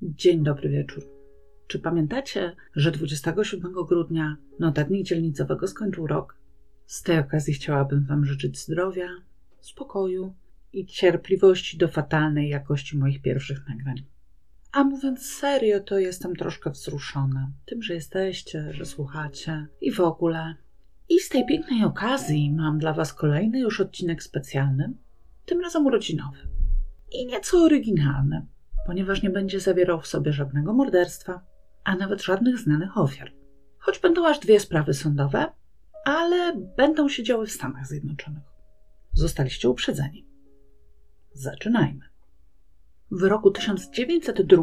Dzień dobry wieczór. Czy pamiętacie, że 27 grudnia notatnik dzielnicowego skończył rok? Z tej okazji chciałabym Wam życzyć zdrowia, spokoju i cierpliwości do fatalnej jakości moich pierwszych nagrań. A mówiąc serio, to jestem troszkę wzruszona tym, że jesteście, że słuchacie i w ogóle. I z tej pięknej okazji mam dla Was kolejny już odcinek specjalny, tym razem urodzinowy. I nieco oryginalny, ponieważ nie będzie zawierał w sobie żadnego morderstwa, a nawet żadnych znanych ofiar. Choć będą aż 2 sprawy sądowe, ale będą się działy w Stanach Zjednoczonych. Zostaliście uprzedzeni. Zaczynajmy. W roku 1902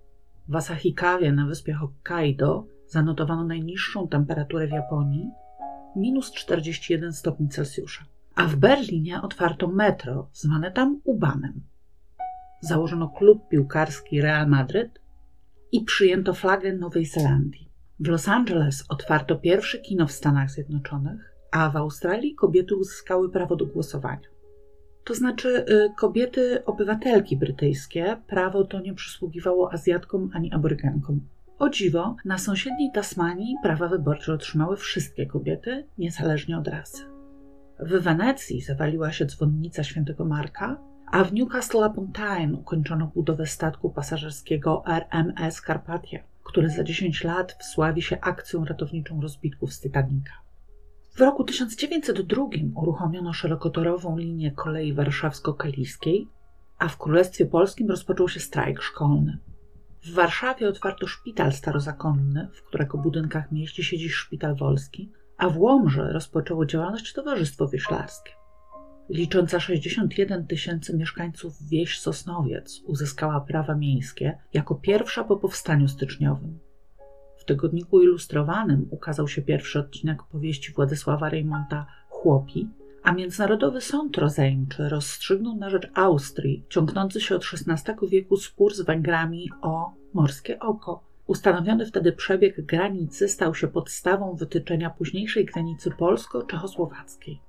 w Asahikawie na wyspie Hokkaido zanotowano najniższą temperaturę w Japonii minus 41 stopni Celsjusza, a w Berlinie otwarto metro zwane tam U-Bahnem. Założono klub piłkarski Real Madryt i przyjęto flagę Nowej Zelandii. W Los Angeles otwarto pierwsze kino w Stanach Zjednoczonych, a w Australii kobiety uzyskały prawo do głosowania. To znaczy kobiety obywatelki brytyjskie, prawo to nie przysługiwało Azjatkom ani Aborygenkom. O dziwo, na sąsiedniej Tasmanii prawa wyborcze otrzymały wszystkie kobiety, niezależnie od rasy. W Wenecji zawaliła się dzwonnica Świętego Marka, a w Newcastle upon Tyne ukończono budowę statku pasażerskiego RMS Carpathia, który za 10 lat wsławi się akcją ratowniczą rozbitków z Titanica. W roku 1902 uruchomiono szerokotorową linię kolei warszawsko-kaliskiej, a w Królestwie Polskim rozpoczął się strajk szkolny. W Warszawie otwarto szpital starozakonny, w którego budynkach mieści się dziś Szpital Wolski, a w Łomży rozpoczęło działalność Towarzystwo Wioślarskie. Licząca 61 000 mieszkańców wieś Sosnowiec uzyskała prawa miejskie jako pierwsza po powstaniu styczniowym. W tygodniku ilustrowanym ukazał się pierwszy odcinek powieści Władysława Reymonta Chłopi, a Międzynarodowy Sąd Rozejmczy rozstrzygnął na rzecz Austrii ciągnący się od XVI wieku spór z Węgrami o Morskie Oko. Ustanowiony wtedy przebieg granicy stał się podstawą wytyczenia późniejszej granicy polsko-czechosłowackiej.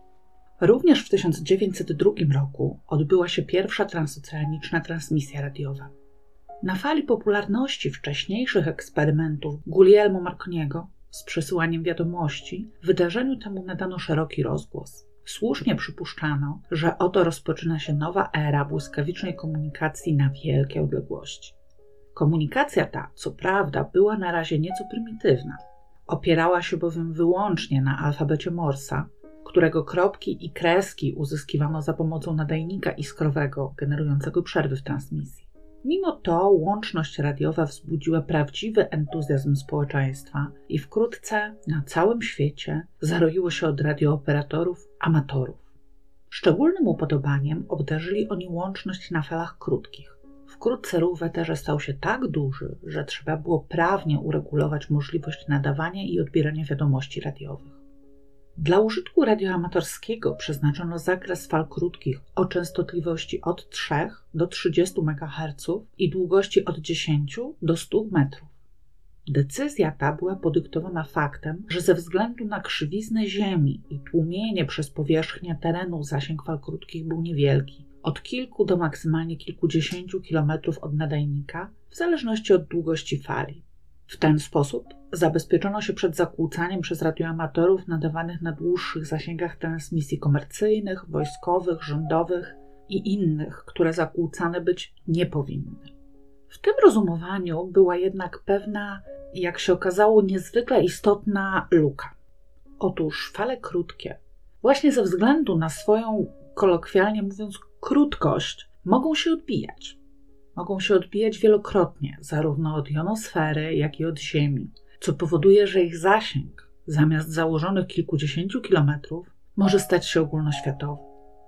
Również w 1902 roku odbyła się pierwsza transoceaniczna transmisja radiowa. Na fali popularności wcześniejszych eksperymentów Guglielmo Marconiego z przesyłaniem wiadomości, wydarzeniu temu nadano szeroki rozgłos. Słusznie przypuszczano, że oto rozpoczyna się nowa era błyskawicznej komunikacji na wielkie odległości. Komunikacja ta, co prawda, była na razie nieco prymitywna. Opierała się bowiem wyłącznie na alfabecie Morsa, którego kropki i kreski uzyskiwano za pomocą nadajnika iskrowego generującego przerwy w transmisji. Mimo to łączność radiowa wzbudziła prawdziwy entuzjazm społeczeństwa i wkrótce na całym świecie zaroiło się od radiooperatorów amatorów. Szczególnym upodobaniem obdarzyli oni łączność na falach krótkich. Wkrótce ruch w eterze stał się tak duży, że trzeba było prawnie uregulować możliwość nadawania i odbierania wiadomości radiowych. Dla użytku radioamatorskiego przeznaczono zakres fal krótkich o częstotliwości od 3 do 30 MHz i długości od 10 do 100 metrów. Decyzja ta była podyktowana faktem, że ze względu na krzywiznę Ziemi i tłumienie przez powierzchnię terenu zasięg fal krótkich był niewielki, od kilku do maksymalnie kilkudziesięciu kilometrów od nadajnika, w zależności od długości fali. W ten sposób zabezpieczono się przed zakłócaniem przez radioamatorów nadawanych na dłuższych zasięgach transmisji komercyjnych, wojskowych, rządowych i innych, które zakłócane być nie powinny. W tym rozumowaniu była jednak pewna, jak się okazało, niezwykle istotna luka. Otóż fale krótkie, właśnie ze względu na swoją, kolokwialnie mówiąc, krótkość, mogą się odbijać. Mogą się odbijać wielokrotnie, zarówno od jonosfery, jak i od Ziemi, co powoduje, że ich zasięg, zamiast założonych kilkudziesięciu kilometrów, może stać się ogólnoświatowy.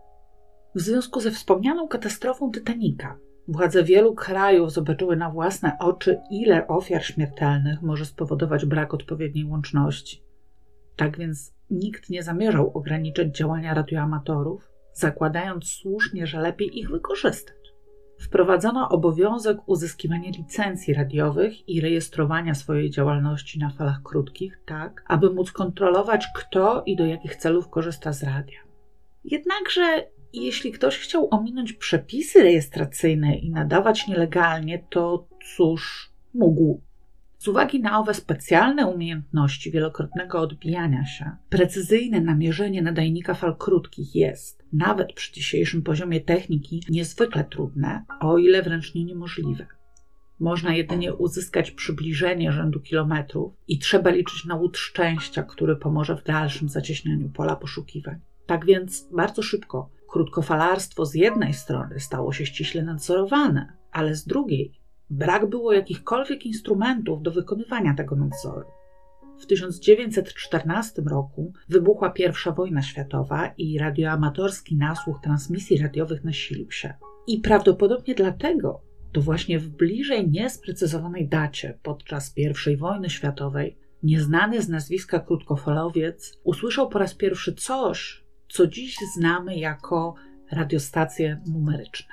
W związku ze wspomnianą katastrofą Titanica, władze wielu krajów zobaczyły na własne oczy, ile ofiar śmiertelnych może spowodować brak odpowiedniej łączności. Tak więc nikt nie zamierzał ograniczać działania radioamatorów, zakładając słusznie, że lepiej ich wykorzystać. Wprowadzono obowiązek uzyskiwania licencji radiowych i rejestrowania swojej działalności na falach krótkich tak, aby móc kontrolować, kto i do jakich celów korzysta z radia. Jednakże I jeśli ktoś chciał ominąć przepisy rejestracyjne i nadawać nielegalnie, to cóż, mógł. Z uwagi na owe specjalne umiejętności wielokrotnego odbijania się, precyzyjne namierzenie nadajnika fal krótkich jest, nawet przy dzisiejszym poziomie techniki, niezwykle trudne, o ile wręcz niemożliwe. Można jedynie uzyskać przybliżenie rzędu kilometrów i trzeba liczyć na łód szczęścia, który pomoże w dalszym zacieśnianiu pola poszukiwań. Tak więc bardzo szybko krótkofalarstwo z jednej strony stało się ściśle nadzorowane, ale z drugiej brak było jakichkolwiek instrumentów do wykonywania tego nadzoru. W 1914 roku wybuchła I wojna światowa i radioamatorski nasłuch transmisji radiowych nasilił się. I prawdopodobnie dlatego to właśnie w bliżej niesprecyzowanej dacie podczas I wojny światowej nieznany z nazwiska krótkofalowiec usłyszał po raz pierwszy coś, co dziś znamy jako radiostacje numeryczne.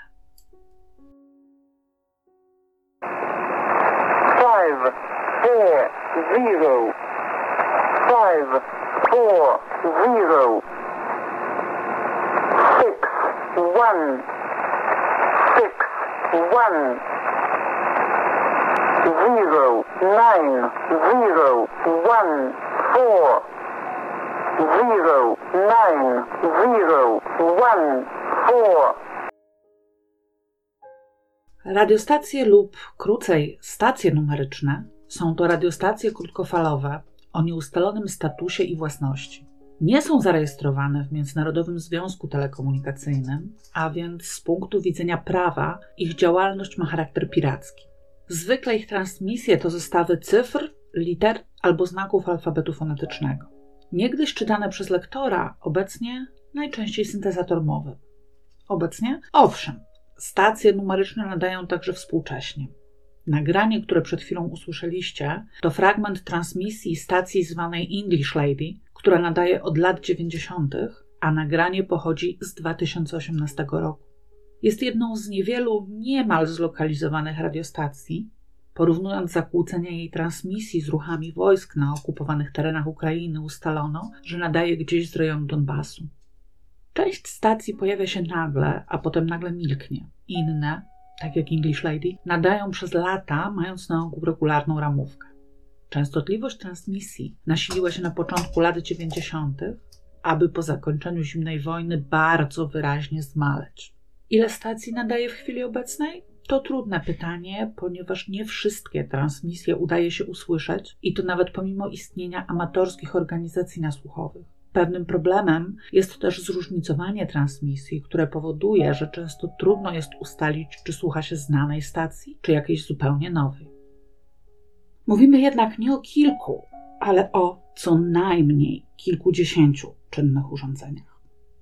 5, 4, 0. 5, 4, 0. 6, 1. 6, 1. 0, 9, 0, 1, 4. 0, 9, 0, 1, 4. Radiostacje lub krócej stacje numeryczne są to radiostacje krótkofalowe o nieustalonym statusie i własności. Nie są zarejestrowane w Międzynarodowym Związku Telekomunikacyjnym, a więc z punktu widzenia prawa ich działalność ma charakter piracki. Zwykle ich transmisje to zestawy cyfr, liter albo znaków alfabetu fonetycznego. Niegdyś czytane przez lektora, obecnie najczęściej syntezator mowy. Obecnie? Owszem, stacje numeryczne nadają także współcześnie. Nagranie, które przed chwilą usłyszeliście, to fragment transmisji stacji zwanej English Lady, która nadaje od lat 90., a nagranie pochodzi z 2018 roku. Jest jedną z niewielu niemal zlokalizowanych radiostacji. Porównując zakłócenia jej transmisji z ruchami wojsk na okupowanych terenach Ukrainy, ustalono, że nadaje gdzieś z rejonu Donbasu. Część stacji pojawia się nagle, a potem nagle milknie. Inne, tak jak English Lady, nadają przez lata, mając na ogół regularną ramówkę. Częstotliwość transmisji nasiliła się na początku lat 90., aby po zakończeniu zimnej wojny bardzo wyraźnie zmaleć. Ile stacji nadaje w chwili obecnej? To trudne pytanie, ponieważ nie wszystkie transmisje udaje się usłyszeć i to nawet pomimo istnienia amatorskich organizacji nasłuchowych. Pewnym problemem jest też zróżnicowanie transmisji, które powoduje, że często trudno jest ustalić, czy słucha się znanej stacji, czy jakiejś zupełnie nowej. Mówimy jednak nie o kilku, ale o co najmniej kilkudziesięciu czynnych urządzeniach.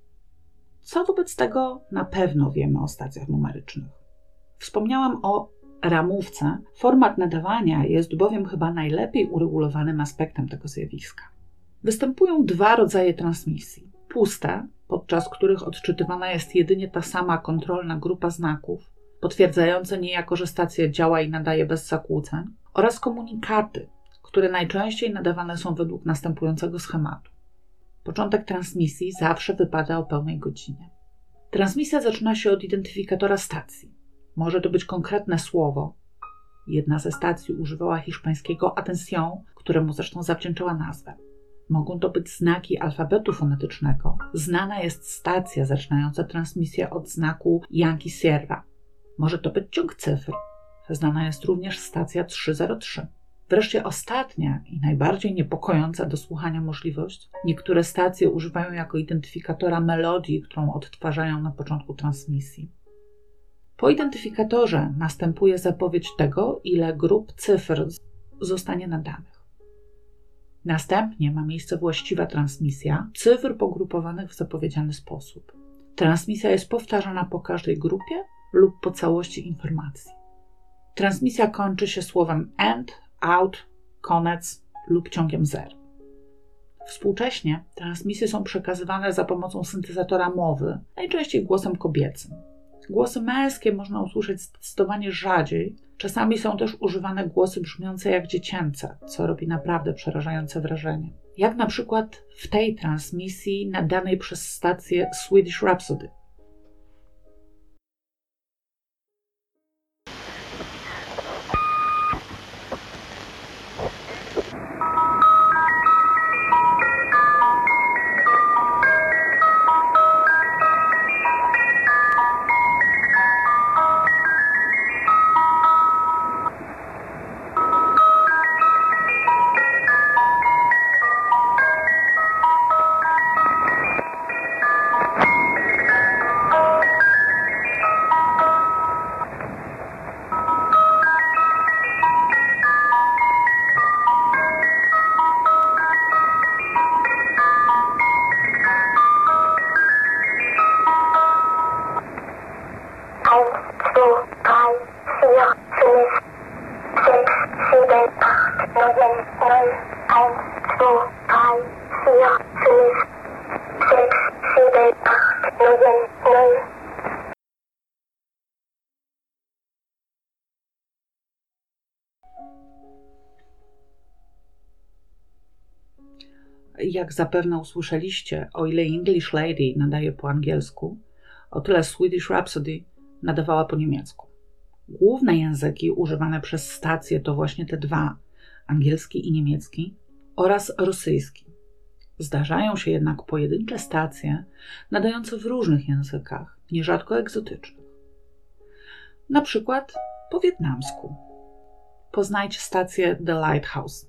Co wobec tego na pewno wiemy o stacjach numerycznych? Wspomniałam o ramówce. Format nadawania jest bowiem chyba najlepiej uregulowanym aspektem tego zjawiska. Występują dwa rodzaje transmisji. Puste, podczas których odczytywana jest jedynie ta sama kontrolna grupa znaków, potwierdzające niejako, że stacja działa i nadaje bez zakłóceń, oraz komunikaty, które najczęściej nadawane są według następującego schematu. Początek transmisji zawsze wypada o pełnej godzinie. Transmisja zaczyna się od identyfikatora stacji. Może to być konkretne słowo. Jedna ze stacji używała hiszpańskiego atención, któremu zresztą zawdzięczała nazwę. Mogą to być znaki alfabetu fonetycznego. Znana jest stacja zaczynająca transmisję od znaku Yankee Sierra. Może to być ciąg cyfr. Znana jest również stacja 303. Wreszcie ostatnia i najbardziej niepokojąca do słuchania możliwość. Niektóre stacje używają jako identyfikatora melodii, którą odtwarzają na początku transmisji. Po identyfikatorze następuje zapowiedź tego, ile grup cyfr zostanie nadanych. Następnie ma miejsce właściwa transmisja cyfr pogrupowanych w zapowiedziany sposób. Transmisja jest powtarzana po każdej grupie lub po całości informacji. Transmisja kończy się słowem end, out, koniec lub ciągiem zer. Współcześnie transmisje są przekazywane za pomocą syntezatora mowy, najczęściej głosem kobiecym. Głosy męskie można usłyszeć zdecydowanie rzadziej. Czasami są też używane głosy brzmiące jak dziecięce, co robi naprawdę przerażające wrażenie. Jak na przykład w tej transmisji nadanej przez stację Swedish Rhapsody. Jak zapewne usłyszeliście, o ile English Lady nadaje po angielsku, o tyle Swedish Rhapsody nadawała po niemiecku. Główne języki używane przez stację to właśnie te dwa, angielski i niemiecki, oraz rosyjski. Zdarzają się jednak pojedyncze stacje nadające w różnych językach, nierzadko egzotycznych. Na przykład po wietnamsku. Poznajcie stację The Lighthouse.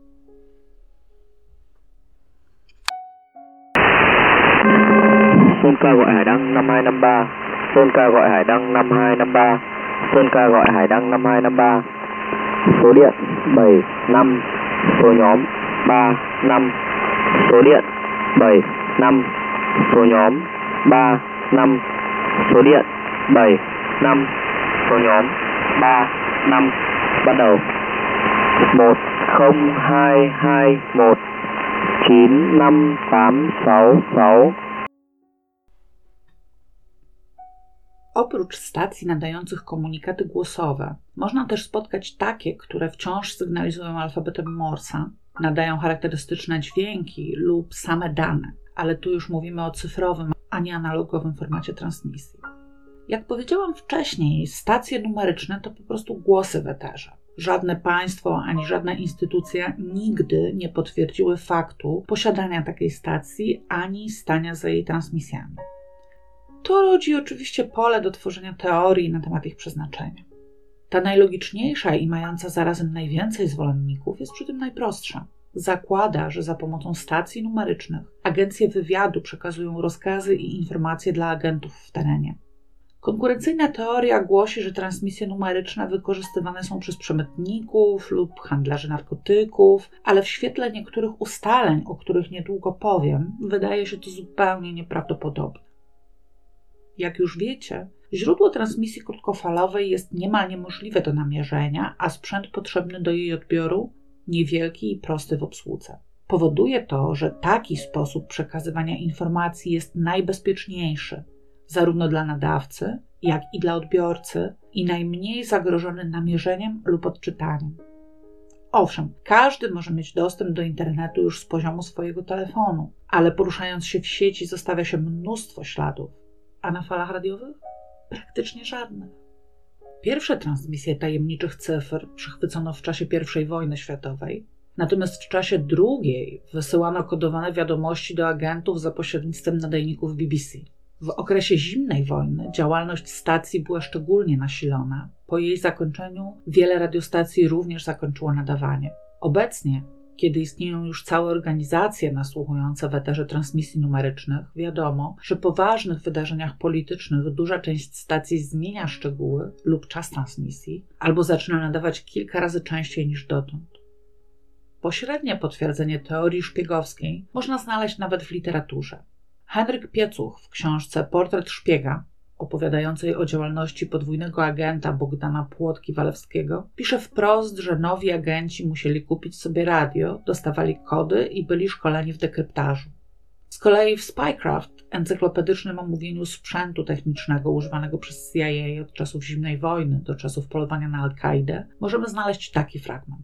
Sơn ca gọi Hải Đăng 5253. Sơn ca gọi Hải Đăng 5253. Sơn ca gọi Hải Đăng 5253. Số điện 75, số nhóm 35, số điện 75, số nhóm 35, số điện 75, số nhóm 35. Bắt đầu. 10221 95866. Oprócz stacji nadających komunikaty głosowe, można też spotkać takie, które wciąż sygnalizują alfabetem Morsa, nadają charakterystyczne dźwięki lub same dane, ale tu już mówimy o cyfrowym, a nie analogowym formacie transmisji. Jak powiedziałam wcześniej, stacje numeryczne to po prostu głosy w eterze. Żadne państwo ani żadna instytucja nigdy nie potwierdziły faktu posiadania takiej stacji ani stania za jej transmisjami. To rodzi oczywiście pole do tworzenia teorii na temat ich przeznaczenia. Ta najlogiczniejsza i mająca zarazem najwięcej zwolenników jest przy tym najprostsza. Zakłada, że za pomocą stacji numerycznych agencje wywiadu przekazują rozkazy i informacje dla agentów w terenie. Konkurencyjna teoria głosi, że transmisje numeryczne wykorzystywane są przez przemytników lub handlarzy narkotyków, ale w świetle niektórych ustaleń, o których niedługo powiem, wydaje się to zupełnie nieprawdopodobne. Jak już wiecie, źródło transmisji krótkofalowej jest niemal niemożliwe do namierzenia, a sprzęt potrzebny do jej odbioru niewielki i prosty w obsłudze. Powoduje to, że taki sposób przekazywania informacji jest najbezpieczniejszy, zarówno dla nadawcy, jak i dla odbiorcy i najmniej zagrożony namierzeniem lub odczytaniem. Owszem, każdy może mieć dostęp do internetu już z poziomu swojego telefonu, ale poruszając się w sieci zostawia się mnóstwo śladów, a na falach radiowych praktycznie żadnych. Pierwsze transmisje tajemniczych cyfr przychwycono w czasie I wojny światowej, natomiast w czasie II wysyłano kodowane wiadomości do agentów za pośrednictwem nadajników BBC. W okresie zimnej wojny działalność stacji była szczególnie nasilona. Po jej zakończeniu wiele radiostacji również zakończyło nadawanie. Obecnie, kiedy istnieją już całe organizacje nasłuchujące w eterze transmisji numerycznych, wiadomo, że po ważnych wydarzeniach politycznych duża część stacji zmienia szczegóły lub czas transmisji, albo zaczyna nadawać kilka razy częściej niż dotąd. Pośrednie potwierdzenie teorii szpiegowskiej można znaleźć nawet w literaturze. Henryk Piecuch w książce Portret szpiega, opowiadającej o działalności podwójnego agenta Bogdana Płotki-Walewskiego, pisze wprost, że nowi agenci musieli kupić sobie radio, dostawali kody i byli szkoleni w dekryptażu. Z kolei w Spycraft, encyklopedycznym omówieniu sprzętu technicznego używanego przez CIA od czasów zimnej wojny do czasów polowania na Al-Kaidę, możemy znaleźć taki fragment.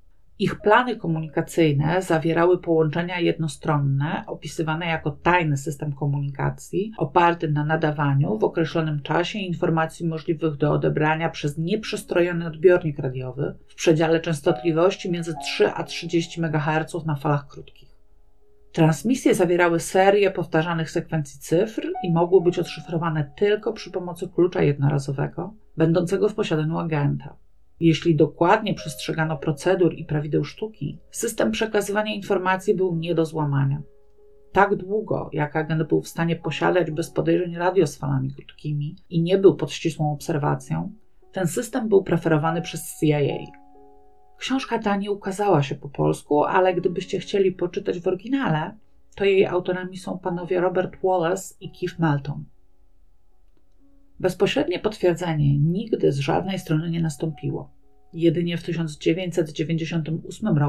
Ich plany komunikacyjne zawierały połączenia jednostronne, opisywane jako tajny system komunikacji, oparty na nadawaniu w określonym czasie informacji możliwych do odebrania przez nieprzestrojony odbiornik radiowy w przedziale częstotliwości między 3 a 30 MHz na falach krótkich. Transmisje zawierały serię powtarzanych sekwencji cyfr i mogły być odszyfrowane tylko przy pomocy klucza jednorazowego, będącego w posiadaniu agenta. Jeśli dokładnie przestrzegano procedur i prawideł sztuki, system przekazywania informacji był nie do złamania. Tak długo, jak agent był w stanie posiadać bez podejrzeń radio z falami krótkimi i nie był pod ścisłą obserwacją, ten system był preferowany przez CIA. Książka ta nie ukazała się po polsku, ale gdybyście chcieli poczytać w oryginale, to jej autorami są panowie Robert Wallace i Keith Melton. Bezpośrednie potwierdzenie nigdy z żadnej strony nie nastąpiło. Jedynie w 1998 roku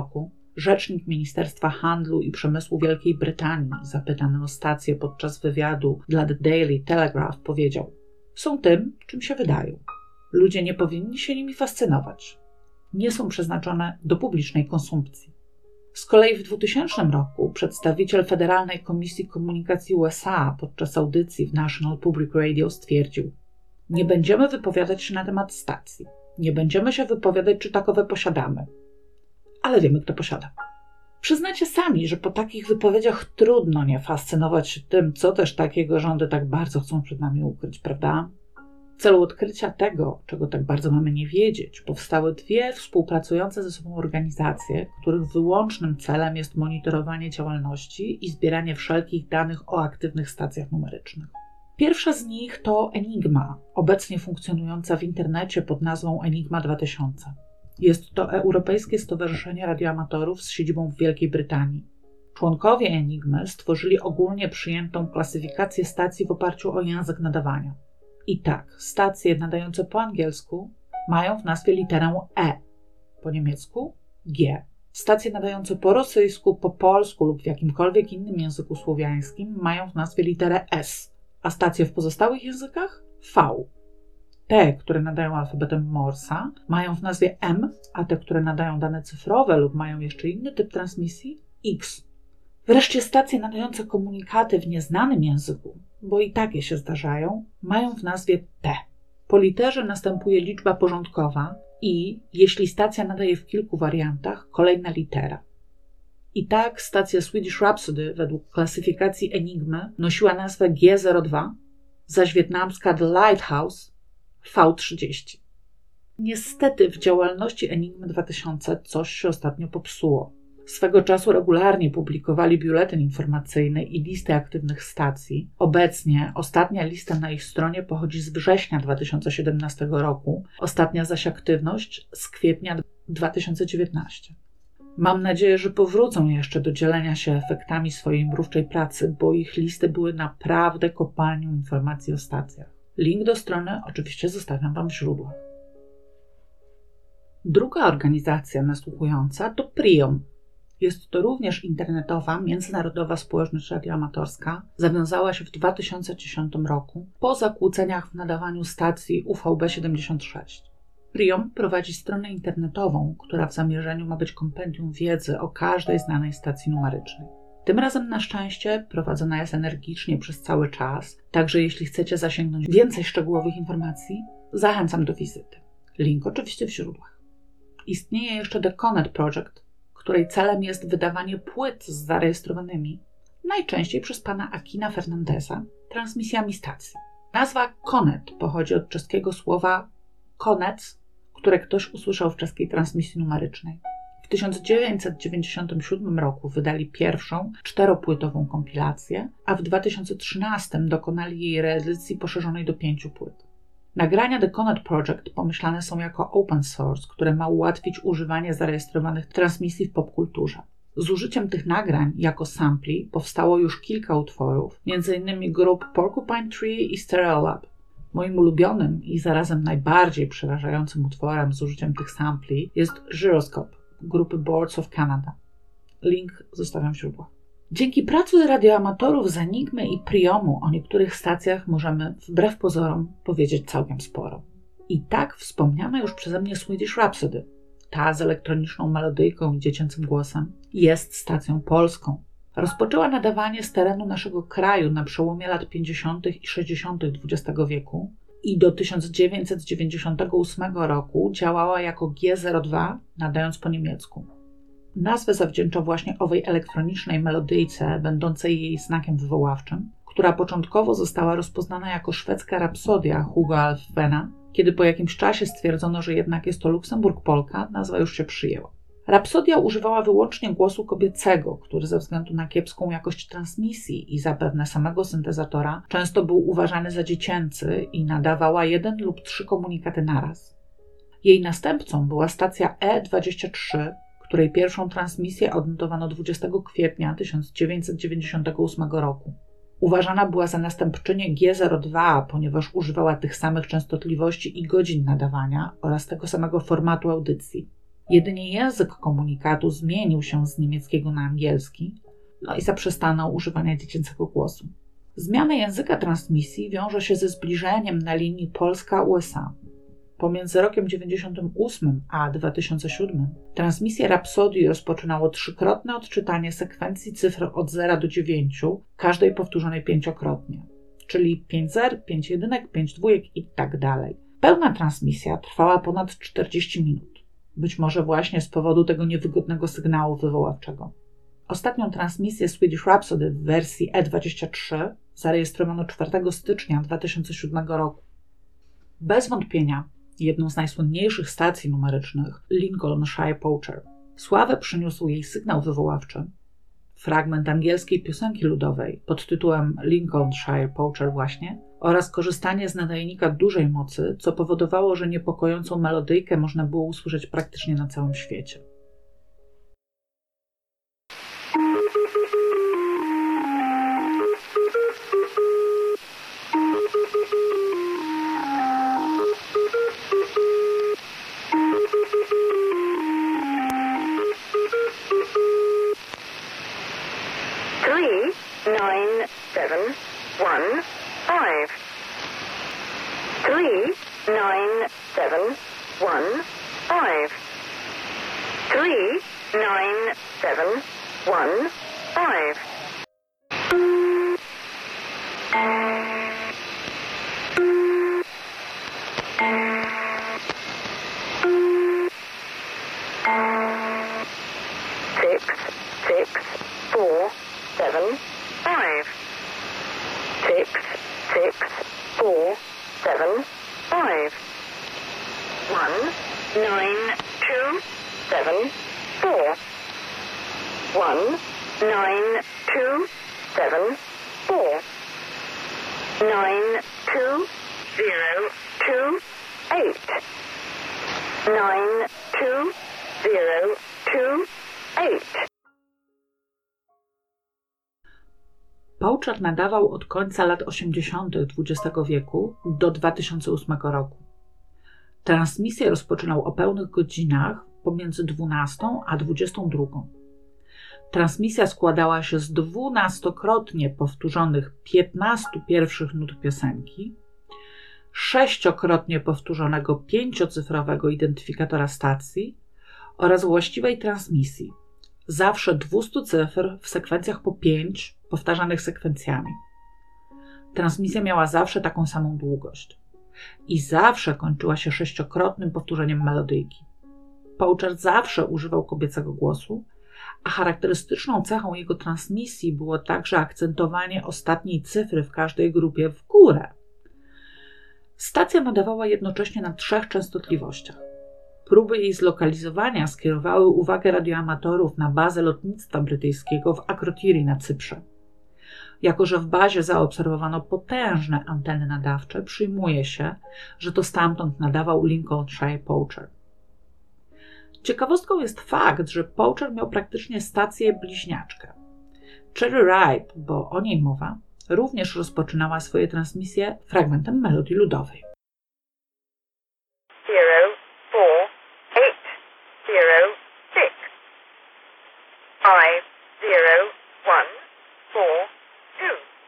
Rzecznik Ministerstwa Handlu i Przemysłu Wielkiej Brytanii, zapytany o stację podczas wywiadu dla The Daily Telegraph, powiedział: są tym, czym się wydają. Ludzie nie powinni się nimi fascynować. Nie są przeznaczone do publicznej konsumpcji. Z kolei w 2000 roku przedstawiciel Federalnej Komisji Komunikacji USA podczas audycji w National Public Radio stwierdził: nie będziemy wypowiadać się na temat stacji. Nie będziemy się wypowiadać, czy takowe posiadamy. Ale wiemy, kto posiada. Przyznacie sami, że po takich wypowiedziach trudno nie fascynować się tym, co też takiego rządy tak bardzo chcą przed nami ukryć, prawda? W celu odkrycia tego, czego tak bardzo mamy nie wiedzieć, powstały dwie współpracujące ze sobą organizacje, których wyłącznym celem jest monitorowanie działalności i zbieranie wszelkich danych o aktywnych stacjach numerycznych. Pierwsza z nich to Enigma, obecnie funkcjonująca w internecie pod nazwą Enigma 2000. Jest to Europejskie Stowarzyszenie Radioamatorów z siedzibą w Wielkiej Brytanii. Członkowie Enigmy stworzyli ogólnie przyjętą klasyfikację stacji w oparciu o język nadawania. I tak, stacje nadające po angielsku mają w nazwie literę E, po niemiecku G. Stacje nadające po rosyjsku, po polsku lub w jakimkolwiek innym języku słowiańskim mają w nazwie literę S, a stacje w pozostałych językach V. Te, które nadają alfabetem Morsa, mają w nazwie M, a te, które nadają dane cyfrowe lub mają jeszcze inny typ transmisji, X. Wreszcie stacje nadające komunikaty w nieznanym języku, bo i takie się zdarzają, mają w nazwie T. Po literze następuje liczba porządkowa i, jeśli stacja nadaje w kilku wariantach, kolejna litera. I tak stacja Swedish Rhapsody według klasyfikacji Enigmy nosiła nazwę G02, zaś wietnamska The Lighthouse V30. Niestety w działalności Enigmy 2000 coś się ostatnio popsuło. Swego czasu regularnie publikowali biuletyn informacyjny i listy aktywnych stacji. Obecnie ostatnia lista na ich stronie pochodzi z września 2017 roku, ostatnia zaś aktywność z kwietnia 2019. Mam nadzieję, że powrócą jeszcze do dzielenia się efektami swojej mrówczej pracy, bo ich listy były naprawdę kopalnią informacji o stacjach. Link do strony oczywiście zostawiam Wam w źródłach. Druga organizacja nasłuchująca to PRIOM. Jest to również internetowa, międzynarodowa społeczność radioamatorska. Zawiązała się w 2010 roku po zakłóceniach w nadawaniu stacji UVB-76. PRIOM prowadzi stronę internetową, która w zamierzeniu ma być kompendium wiedzy o każdej znanej stacji numerycznej. Tym razem na szczęście prowadzona jest energicznie przez cały czas, także jeśli chcecie zasięgnąć więcej szczegółowych informacji, zachęcam do wizyty. Link oczywiście w źródłach. Istnieje jeszcze The Conet Project, której celem jest wydawanie płyt z zarejestrowanymi, najczęściej przez pana Akina Fernandeza, transmisjami stacji. Nazwa Conet pochodzi od czeskiego słowa konec, które ktoś usłyszał w czeskiej transmisji numerycznej. W 1997 roku wydali pierwszą 4-płytową kompilację, a w 2013 dokonali jej reedycji poszerzonej do 5 płyt. Nagrania The Conet Project pomyślane są jako open source, które ma ułatwić używanie zarejestrowanych transmisji w popkulturze. Z użyciem tych nagrań jako sampli powstało już kilka utworów, m.in. grup Porcupine Tree i Stereolab. Moim ulubionym i zarazem najbardziej przerażającym utworem z użyciem tych sampli jest Gyroscope grupy Boards of Canada. Link zostawiam w źródłach. Dzięki pracy radioamatorów z Enigmy i PRIOM-u o niektórych stacjach możemy, wbrew pozorom, powiedzieć całkiem sporo. I tak wspomniana już przeze mnie Swedish Rhapsody, ta z elektroniczną melodyjką i dziecięcym głosem, jest stacją polską. Rozpoczęła nadawanie z terenu naszego kraju na przełomie lat 50. i 60. XX wieku i do 1998 roku działała jako G02, nadając po niemiecku. Nazwę zawdzięcza właśnie owej elektronicznej melodyjce, będącej jej znakiem wywoławczym, która początkowo została rozpoznana jako szwedzka rapsodia Hugo Alfvena. Kiedy po jakimś czasie stwierdzono, że jednak jest to Luksemburg Polka, nazwa już się przyjęła. Rapsodia używała wyłącznie głosu kobiecego, który ze względu na kiepską jakość transmisji i zapewne samego syntezatora często był uważany za dziecięcy i nadawała 1 lub 3 komunikaty naraz. Jej następcą była stacja E23, której pierwszą transmisję odnotowano 20 kwietnia 1998 roku. Uważana była za następczynię G02, ponieważ używała tych samych częstotliwości i godzin nadawania oraz tego samego formatu audycji. Jedynie język komunikatu zmienił się z niemieckiego na angielski, no i zaprzestano używania dziecięcego głosu. Zmiana języka transmisji wiąże się ze zbliżeniem na linii Polska-USA. Pomiędzy rokiem 98 a 2007 transmisję Rapsodii rozpoczynało trzykrotne odczytanie sekwencji cyfr od 0 do 9, każdej powtórzonej pięciokrotnie, czyli 5 zer, 5 jedynek, 5 dwójek i tak dalej. Pełna transmisja trwała ponad 40 minut, być może właśnie z powodu tego niewygodnego sygnału wywoławczego. Ostatnią transmisję Swedish Rhapsody w wersji E23 zarejestrowano 4 stycznia 2007 roku. Bez wątpienia jedną z najsłynniejszych stacji numerycznych Lincolnshire Poacher. Sławę przyniósł jej sygnał wywoławczy, fragment angielskiej piosenki ludowej pod tytułem Lincolnshire Poacher właśnie, oraz korzystanie z nadajnika dużej mocy, co powodowało, że niepokojącą melodyjkę można było usłyszeć praktycznie na całym świecie. Poacher nadawał od końca lat 80. XX wieku do 2008 roku. Transmisję rozpoczynał o pełnych godzinach pomiędzy 12 a 22. Transmisja składała się z 12-krotnie powtórzonych 15 pierwszych nut piosenki, 6-krotnie powtórzonego 5-cyfrowego identyfikatora stacji oraz właściwej transmisji, zawsze 200 cyfr w sekwencjach po 5 powtarzanych sekwencjami. Transmisja miała zawsze taką samą długość i zawsze kończyła się 6-krotnym powtórzeniem melodyjki. Poacher zawsze używał kobiecego głosu, a charakterystyczną cechą jego transmisji było także akcentowanie ostatniej cyfry w każdej grupie w górę. Stacja nadawała jednocześnie na 3 częstotliwościach. Próby jej zlokalizowania skierowały uwagę radioamatorów na bazę lotnictwa brytyjskiego w Akrotiri na Cyprze. Jako że w bazie zaobserwowano potężne anteny nadawcze, przyjmuje się, że to stamtąd nadawał Lincolnshire Poacher. Ciekawostką jest fakt, że Poacher miał praktycznie stację bliźniaczkę. Cherry Ripe, bo o niej mowa, również rozpoczynała swoje transmisje fragmentem melodii ludowej. 0, 4, 8, 0, 6, 5, 0, 1, 4, 2,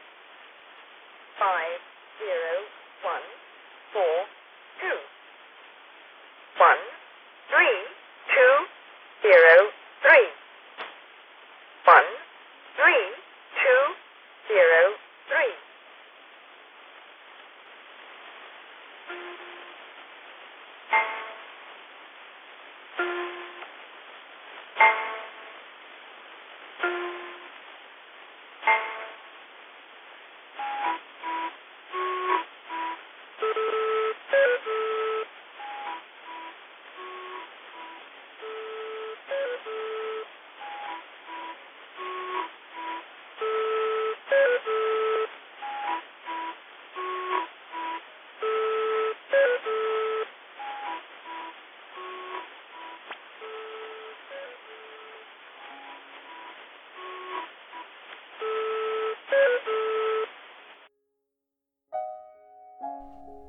5, 0, 1, 4, 2, 1, 3, 2, 0, 3, 1, 3, 2, 0, 3.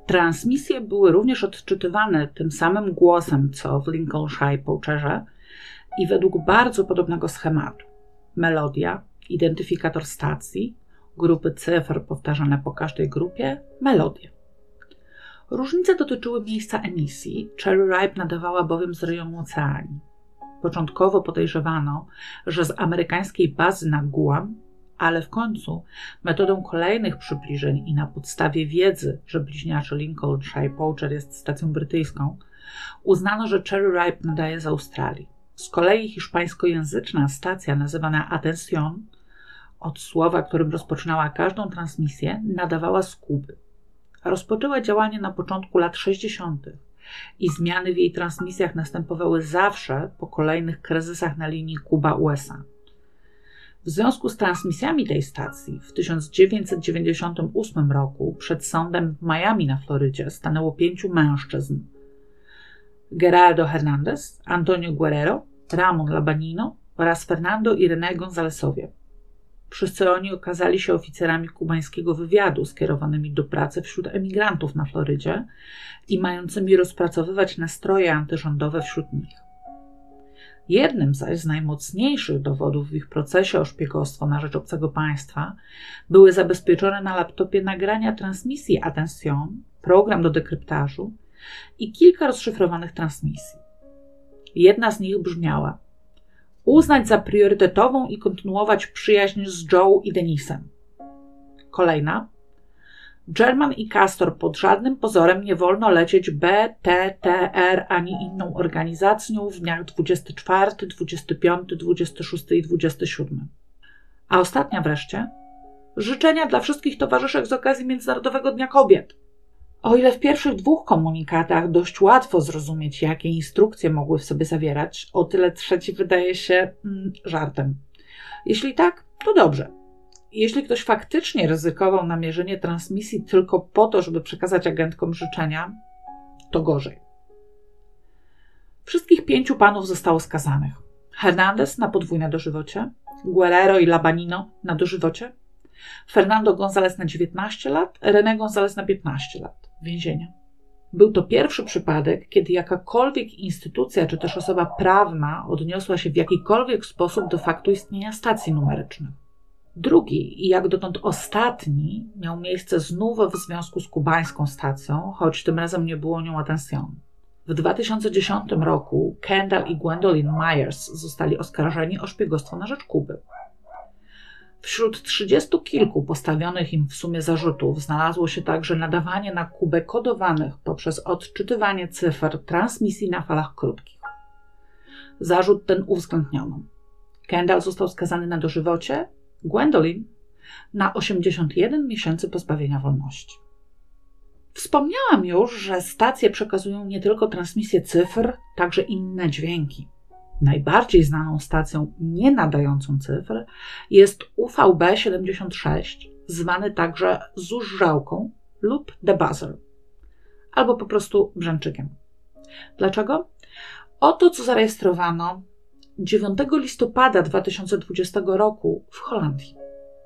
Transmisje były również odczytywane tym samym głosem, co w Lincolnshire Poacherze i według bardzo podobnego schematu. Melodia, identyfikator stacji, grupy cyfr powtarzane po każdej grupie, melodia. Różnice dotyczyły miejsca emisji. Cherry Ripe nadawała bowiem z rejonu Oceanii. Początkowo podejrzewano, że z amerykańskiej bazy na Guam, ale w końcu metodą kolejnych przybliżeń i na podstawie wiedzy, że bliźniaczy Lincolnshire Poacher jest stacją brytyjską, uznano, że Cherry Ripe nadaje z Australii. Z kolei hiszpańskojęzyczna stacja nazywana Atención, od słowa, którym rozpoczynała każdą transmisję, nadawała z Kuby. Rozpoczęła działanie na początku lat 60. i zmiany w jej transmisjach następowały zawsze po kolejnych kryzysach na linii Kuba-USA. W związku z transmisjami tej stacji w 1998 roku przed sądem w Miami na Florydzie stanęło 5 mężczyzn: Gerardo Hernández, Antonio Guerrero, Ramón Labanino oraz Fernando i René Gonzalesowie. Wszyscy oni okazali się oficerami kubańskiego wywiadu skierowanymi do pracy wśród emigrantów na Florydzie i mającymi rozpracowywać nastroje antyrządowe wśród nich. Jednym zaś z najmocniejszych dowodów w ich procesie o szpiegostwo na rzecz obcego państwa były zabezpieczone na laptopie nagrania transmisji Atención, program do dekryptażu i kilka rozszyfrowanych transmisji. Jedna z nich brzmiała: uznać za priorytetową i kontynuować przyjaźń z Joe i Denisem. Kolejna: German i Castor pod żadnym pozorem nie wolno lecieć BTTR ani inną organizacją w dniach 24, 25, 26 i 27. A ostatnia wreszcie: życzenia dla wszystkich towarzyszek z okazji Międzynarodowego Dnia Kobiet. O ile w pierwszych 2 komunikatach dość łatwo zrozumieć, jakie instrukcje mogły w sobie zawierać, o tyle trzeci wydaje się żartem. Jeśli tak, to dobrze. Jeśli ktoś faktycznie ryzykował namierzenie transmisji tylko po to, żeby przekazać agentkom życzenia, to gorzej. Wszystkich 5 panów zostało skazanych. Hernández na podwójne dożywocie, Guerrero i Labanino na dożywocie, Fernando González na 19 lat, René González na 15 lat więzienia. Był to pierwszy przypadek, kiedy jakakolwiek instytucja czy też osoba prawna odniosła się w jakikolwiek sposób do faktu istnienia stacji numerycznych. Drugi i jak dotąd ostatni miał miejsce znów w związku z kubańską stacją, choć tym razem nie było nią Atención. W 2010 roku Kendall i Gwendolyn Myers zostali oskarżeni o szpiegostwo na rzecz Kuby. Wśród 30 kilku postawionych im w sumie zarzutów znalazło się także nadawanie na Kubę kodowanych poprzez odczytywanie cyfr transmisji na falach krótkich. Zarzut ten uwzględniono. Kendall został skazany na dożywocie, Gwendolyn na 81 miesięcy pozbawienia wolności. Wspomniałam już, że stacje przekazują nie tylko transmisję cyfr, także inne dźwięki. Najbardziej znaną stacją nie nadającą cyfr jest UVB-76, zwany także zużałką lub The Buzzer, albo po prostu brzęczykiem. Dlaczego? Oto co zarejestrowano 9 listopada 2020 roku w Holandii.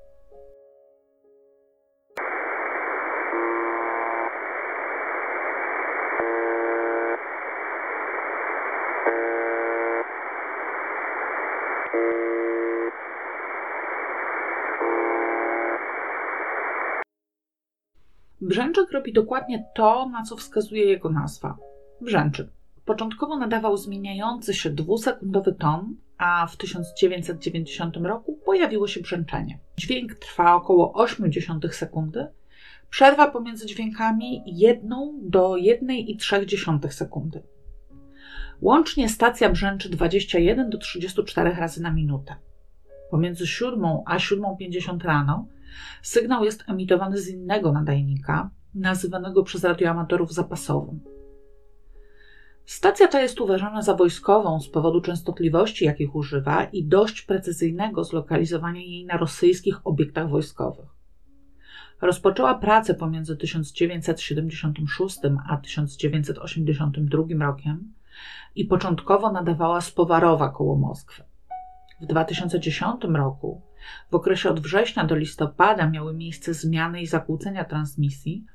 Brzęczyk robi dokładnie to, na co wskazuje jego nazwa. Brzęczy. Początkowo nadawał zmieniający się 2-sekundowy ton, a w 1990 roku pojawiło się brzęczenie. Dźwięk trwa około 0,8 sekundy, przerwa pomiędzy dźwiękami 1 do 1,3 sekundy. Łącznie stacja brzęczy 21 do 34 razy na minutę. Pomiędzy 7 a 7:50 rano sygnał jest emitowany z innego nadajnika, nazywanego przez radioamatorów zapasowym. Stacja ta jest uważana za wojskową z powodu częstotliwości, jakich używa, i dość precyzyjnego zlokalizowania jej na rosyjskich obiektach wojskowych. Rozpoczęła pracę pomiędzy 1976 a 1982 rokiem i początkowo nadawała z Powarowa koło Moskwy. W 2010 roku, w okresie od września do listopada, miały miejsce zmiany i zakłócenia transmisji,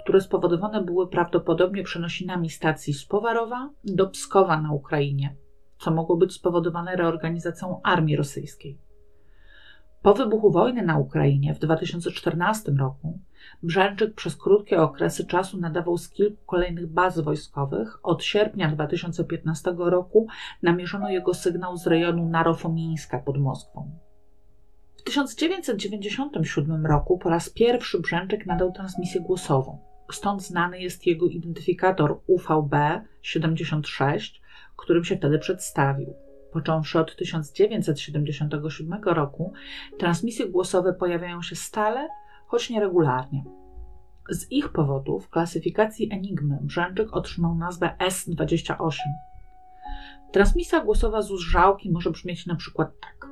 które spowodowane były prawdopodobnie przenosinami stacji z Powarowa do Pskowa na Ukrainie, co mogło być spowodowane reorganizacją armii rosyjskiej. Po wybuchu wojny na Ukrainie w 2014 roku Brzęczyk przez krótkie okresy czasu nadawał z kilku kolejnych baz wojskowych. Od sierpnia 2015 roku namierzono jego sygnał z rejonu Narofomińska pod Moskwą. W 1997 roku po raz pierwszy Brzęczyk nadał transmisję głosową. Stąd znany jest jego identyfikator UVB-76, którym się wtedy przedstawił. Począwszy od 1977 roku, transmisje głosowe pojawiają się stale, choć nieregularnie. Z ich powodu w klasyfikacji Enigmy Brzęczyk otrzymał nazwę S28. Transmisja głosowa z Użałki może brzmieć na przykład tak.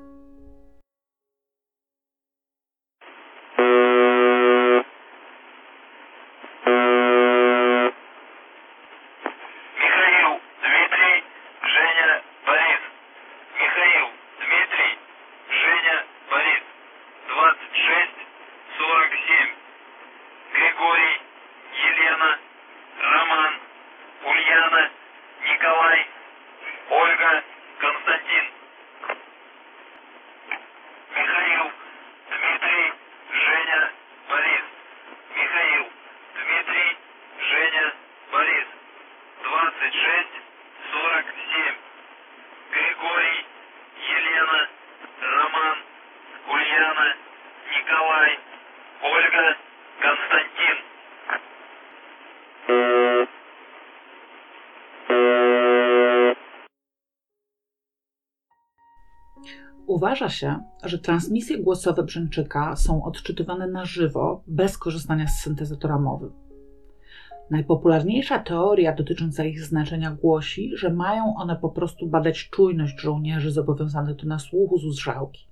Uważa się, że transmisje głosowe Brzęczyka są odczytywane na żywo, bez korzystania z syntezatora mowy. Najpopularniejsza teoria dotycząca ich znaczenia głosi, że mają one po prostu badać czujność żołnierzy zobowiązanych do nasłuchu z Użałki.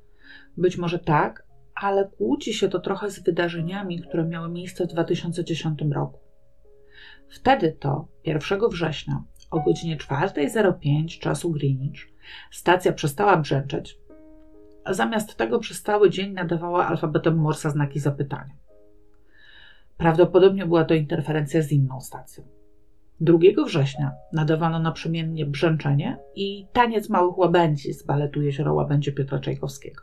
Być może tak, ale kłóci się to trochę z wydarzeniami, które miały miejsce w 2010 roku. Wtedy to, 1 września, o godzinie 4:05 czasu Greenwich, stacja przestała brzęczeć, a zamiast tego przez cały dzień nadawała alfabetem Morsa znaki zapytania. Prawdopodobnie była to interferencja z inną stacją. 2 września nadawano naprzemiennie brzęczenie i taniec małych łabędzi z baletu Jezioro Łabędzie Piotra Czajkowskiego.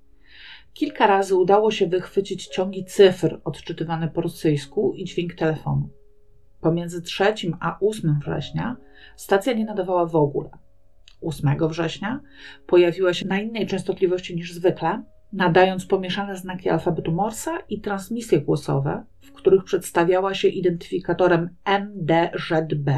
Kilka razy udało się wychwycić ciągi cyfr odczytywane po rosyjsku i dźwięk telefonu. Pomiędzy 3 a 8 września stacja nie nadawała w ogóle. 8 września pojawiła się na innej częstotliwości niż zwykle, nadając pomieszane znaki alfabetu Morsa i transmisje głosowe, w których przedstawiała się identyfikatorem MDŻB.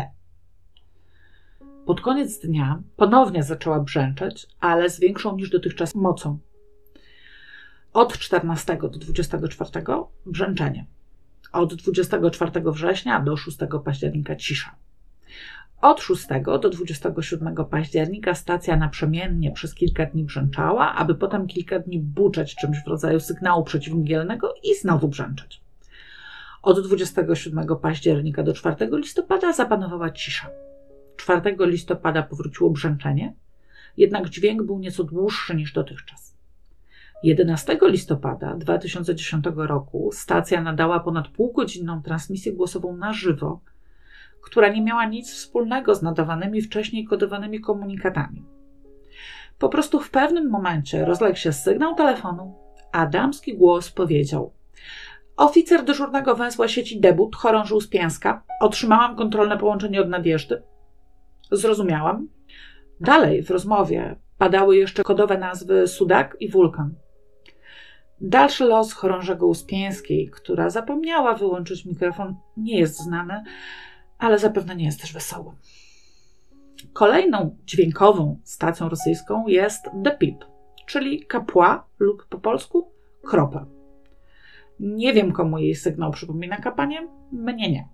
Pod koniec dnia ponownie zaczęła brzęczeć, ale z większą niż dotychczas mocą. Od 14 do 24 brzęczenie. Od 24 września do 6 października cisza. Od 6 do 27 października stacja naprzemiennie przez kilka dni brzęczała, aby potem kilka dni buczeć czymś w rodzaju sygnału przeciwmgielnego i znowu brzęczeć. Od 27 października do 4 listopada zapanowała cisza. 4 listopada powróciło brzęczenie, jednak dźwięk był nieco dłuższy niż dotychczas. 11 listopada 2010 roku stacja nadała ponad półgodzinną transmisję głosową na żywo, która nie miała nic wspólnego z nadawanymi wcześniej kodowanymi komunikatami. Po prostu w pewnym momencie rozległ się sygnał telefonu, a damski głos powiedział: oficer dyżurnego węzła sieci Debut, chorąży Uspięska, otrzymałam kontrolne połączenie od nadjeżdy. Zrozumiałam. Dalej w rozmowie padały jeszcze kodowe nazwy Sudak i Wulkan. Dalszy los chorążego Uspięskiej, która zapomniała wyłączyć mikrofon, nie jest znany, ale zapewne nie jest też wesoły. Kolejną dźwiękową stacją rosyjską jest The Pip, czyli kapła lub po polsku kropel. Nie wiem, komu jej sygnał przypomina kapanie, mnie nie.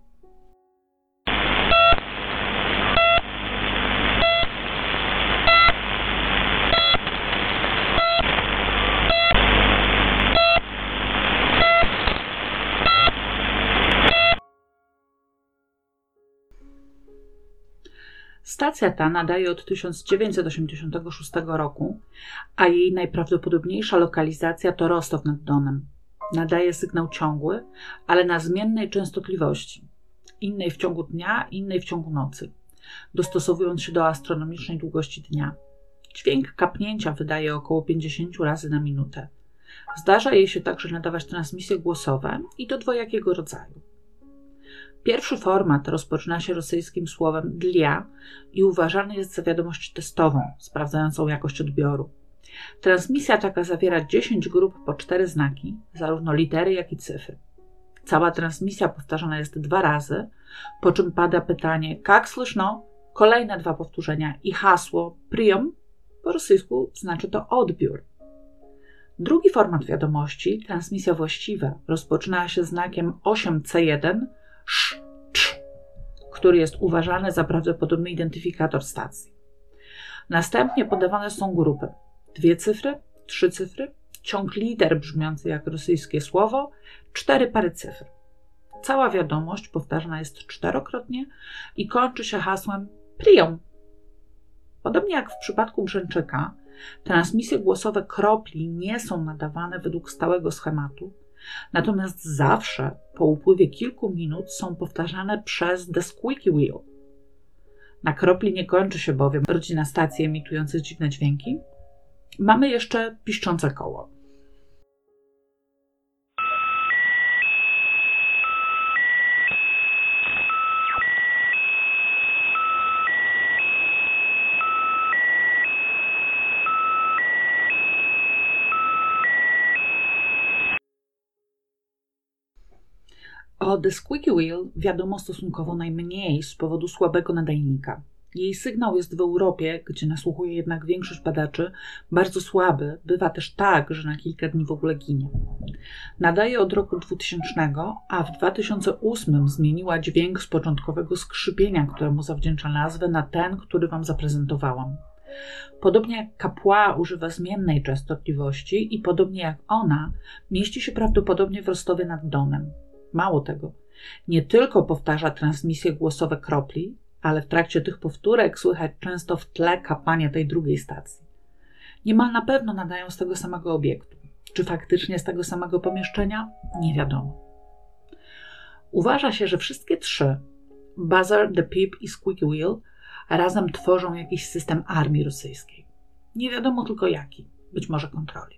Stacja ta nadaje od 1986 roku, a jej najprawdopodobniejsza lokalizacja to Rostow nad Donem. nadaje sygnał ciągły, ale na zmiennej częstotliwości. Innej w ciągu dnia, innej w ciągu nocy, dostosowując się do astronomicznej długości dnia. Dźwięk kapnięcia wydaje około 50 razy na minutę. Zdarza jej się także nadawać transmisje głosowe i to dwojakiego rodzaju. Pierwszy format rozpoczyna się rosyjskim słowem dlia i uważany jest za wiadomość testową, sprawdzającą jakość odbioru. Transmisja taka zawiera 10 grup po 4 znaki, zarówno litery, jak i cyfry. Cała transmisja powtarzana jest 2 razy, po czym pada pytanie "Jak słyszno?", kolejne 2 powtórzenia i hasło "Priom", po rosyjsku znaczy to odbiór. Drugi format wiadomości, transmisja właściwa, rozpoczyna się znakiem 8C1 który jest uważany za prawdopodobny identyfikator stacji. Następnie podawane są grupy. 2 cyfry, 3 cyfry, ciąg liter brzmiący jak rosyjskie słowo, 4 pary cyfr. Cała wiadomość powtarzana jest 4-krotnie i kończy się hasłem "Priom". Podobnie jak w przypadku brzęczyka, transmisje głosowe kropli nie są nadawane według stałego schematu, natomiast zawsze po upływie kilku minut są powtarzane przez The Squeaky Wheel. Na kropli nie kończy się bowiem rodzina stacji emitujących dziwne dźwięki. Mamy jeszcze piszczące koło. O The Squeaky Wheel wiadomo stosunkowo najmniej z powodu słabego nadajnika. Jej sygnał jest w Europie, gdzie nasłuchuje jednak większość badaczy, bardzo słaby. Bywa też tak, że na kilka dni w ogóle ginie. Nadaje od roku 2000, a w 2008 zmieniła dźwięk z początkowego skrzypienia, któremu zawdzięcza nazwę, na ten, który Wam zaprezentowałam. Podobnie jak kapła używa zmiennej częstotliwości i podobnie jak ona, mieści się prawdopodobnie w Rostowie nad Donem. Mało tego, nie tylko powtarza transmisje głosowe kropli, ale w trakcie tych powtórek słychać często w tle kapanie tej drugiej stacji. Niemal na pewno nadają z tego samego obiektu. Czy faktycznie z tego samego pomieszczenia? Nie wiadomo. Uważa się, że wszystkie 3, Buzzer, The Pip i Squeaky Wheel, razem tworzą jakiś system armii rosyjskiej. Nie wiadomo tylko jaki, być może kontroli.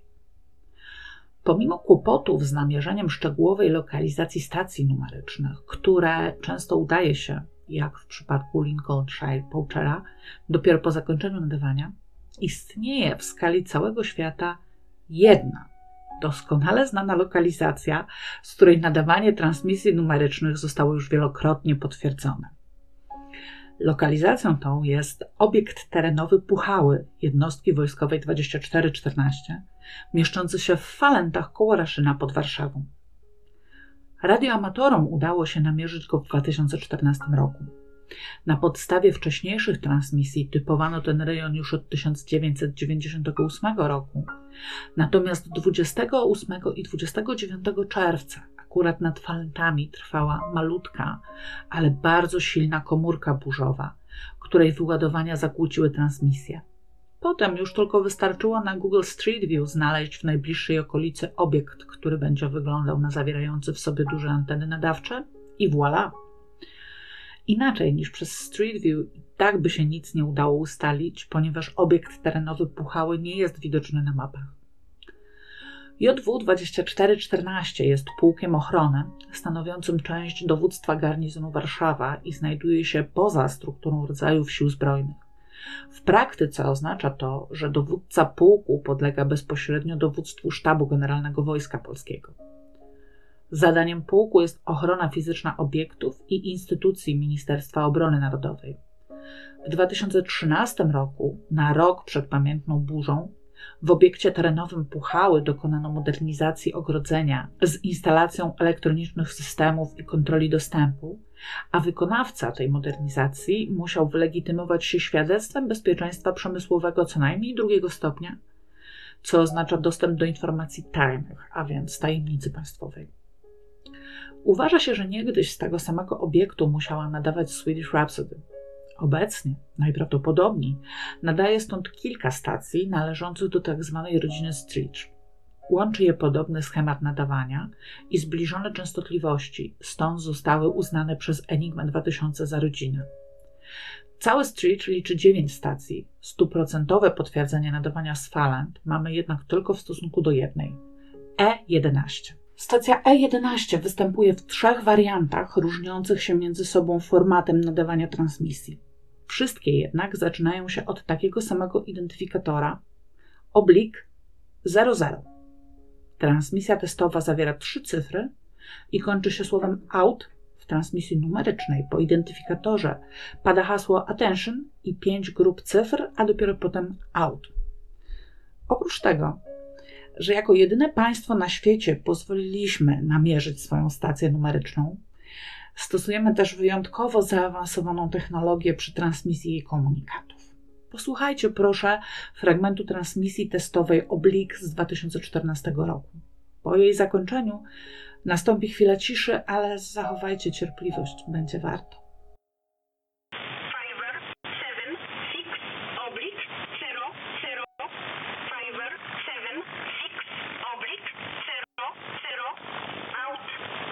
Pomimo kłopotów z namierzeniem szczegółowej lokalizacji stacji numerycznych, które często udaje się, jak w przypadku Lincolnshire Poachera, dopiero po zakończeniu nadawania, istnieje w skali całego świata jedna, doskonale znana lokalizacja, z której nadawanie transmisji numerycznych zostało już wielokrotnie potwierdzone. Lokalizacją tą jest obiekt terenowy Puchały, jednostki wojskowej 2414, mieszczący się w Falentach koło Raszyna pod Warszawą. Radioamatorom udało się namierzyć go w 2014 roku. Na podstawie wcześniejszych transmisji typowano ten rejon już od 1998 roku, natomiast 28 i 29 czerwca akurat nad Falentami trwała malutka, ale bardzo silna komórka burzowa, której wyładowania zakłóciły transmisję. Potem już tylko wystarczyło na Google Street View znaleźć w najbliższej okolicy obiekt, który będzie wyglądał na zawierający w sobie duże anteny nadawcze i voilà! Inaczej niż przez Street View i tak by się nic nie udało ustalić, ponieważ obiekt terenowy Puchały nie jest widoczny na mapach. JW-2414 jest pułkiem ochrony stanowiącym część dowództwa garnizonu Warszawa i znajduje się poza strukturą rodzajów sił zbrojnych. W praktyce oznacza to, że dowódca pułku podlega bezpośrednio dowództwu Sztabu Generalnego Wojska Polskiego. Zadaniem pułku jest ochrona fizyczna obiektów i instytucji Ministerstwa Obrony Narodowej. W 2013 roku, na rok przed pamiętną burzą, w obiekcie terenowym Puchały dokonano modernizacji ogrodzenia z instalacją elektronicznych systemów i kontroli dostępu, a wykonawca tej modernizacji musiał wylegitymować się świadectwem bezpieczeństwa przemysłowego co najmniej 2. stopnia, co oznacza dostęp do informacji tajnych, a więc tajemnicy państwowej. Uważa się, że niegdyś z tego samego obiektu musiała nadawać Swedish Rhapsody. Obecnie, najprawdopodobniej, nadaje stąd kilka stacji należących do tzw. rodziny Stritch. Łączy je podobny schemat nadawania i zbliżone częstotliwości, stąd zostały uznane przez Enigmę 2000 za rodzinę. Cały Street liczy 9 stacji. 100% potwierdzenie nadawania z Faland mamy jednak tylko w stosunku do jednej – E11. Stacja E11 występuje w 3 wariantach różniących się między sobą formatem nadawania transmisji. Wszystkie jednak zaczynają się od takiego samego identyfikatora /00. Transmisja testowa zawiera 3 cyfry i kończy się słowem out. W transmisji numerycznej po identyfikatorze pada hasło attention i 5 grup cyfr, a dopiero potem out. Oprócz tego, że jako jedyne państwo na świecie pozwoliliśmy namierzyć swoją stację numeryczną, stosujemy też wyjątkowo zaawansowaną technologię przy transmisji jej komunikatów. Posłuchajcie proszę fragmentu transmisji testowej Oblique z 2014 roku. Po jej zakończeniu nastąpi chwila ciszy, ale zachowajcie cierpliwość, będzie warto. Fiver 7 6 oblique 0 0 Fiver 7 6 oblique 0 0 out.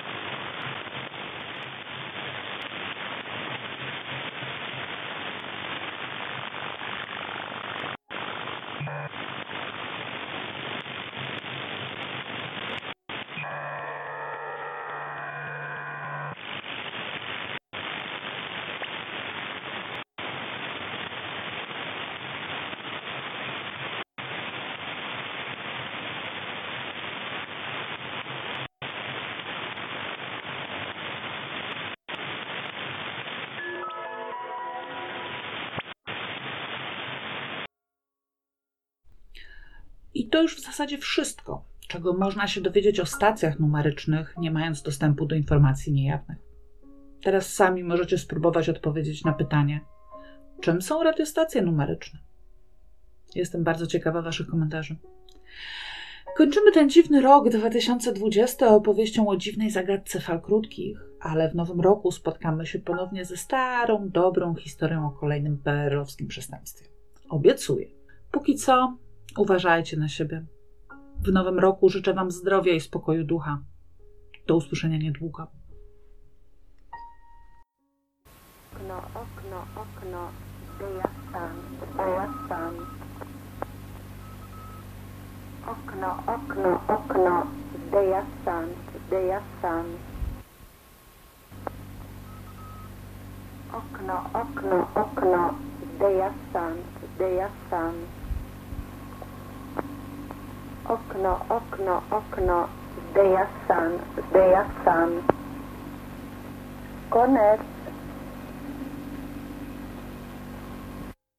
I to już w zasadzie wszystko, czego można się dowiedzieć o stacjach numerycznych, nie mając dostępu do informacji niejawnych. Teraz sami możecie spróbować odpowiedzieć na pytanie, czym są radiostacje numeryczne? Jestem bardzo ciekawa waszych komentarzy. Kończymy ten dziwny rok 2020 opowieścią o dziwnej zagadce fal krótkich, ale w nowym roku spotkamy się ponownie ze starą, dobrą historią o kolejnym PRL-owskim przestępstwie. Obiecuję. Póki co, uważajcie na siebie. W nowym roku życzę wam zdrowia i spokoju ducha. Do usłyszenia niedługo. Okno, okno, okno, gdzie ja sam, gdzie ja sam. Okno, okno, okno, gdzie ja sam, gdzie ja sam. Okno, okno, okno, gdzie ja sam, gdzie ja sam. Okno, okno, okno, gdzie ja sam, gdzie ja sam. Koniec.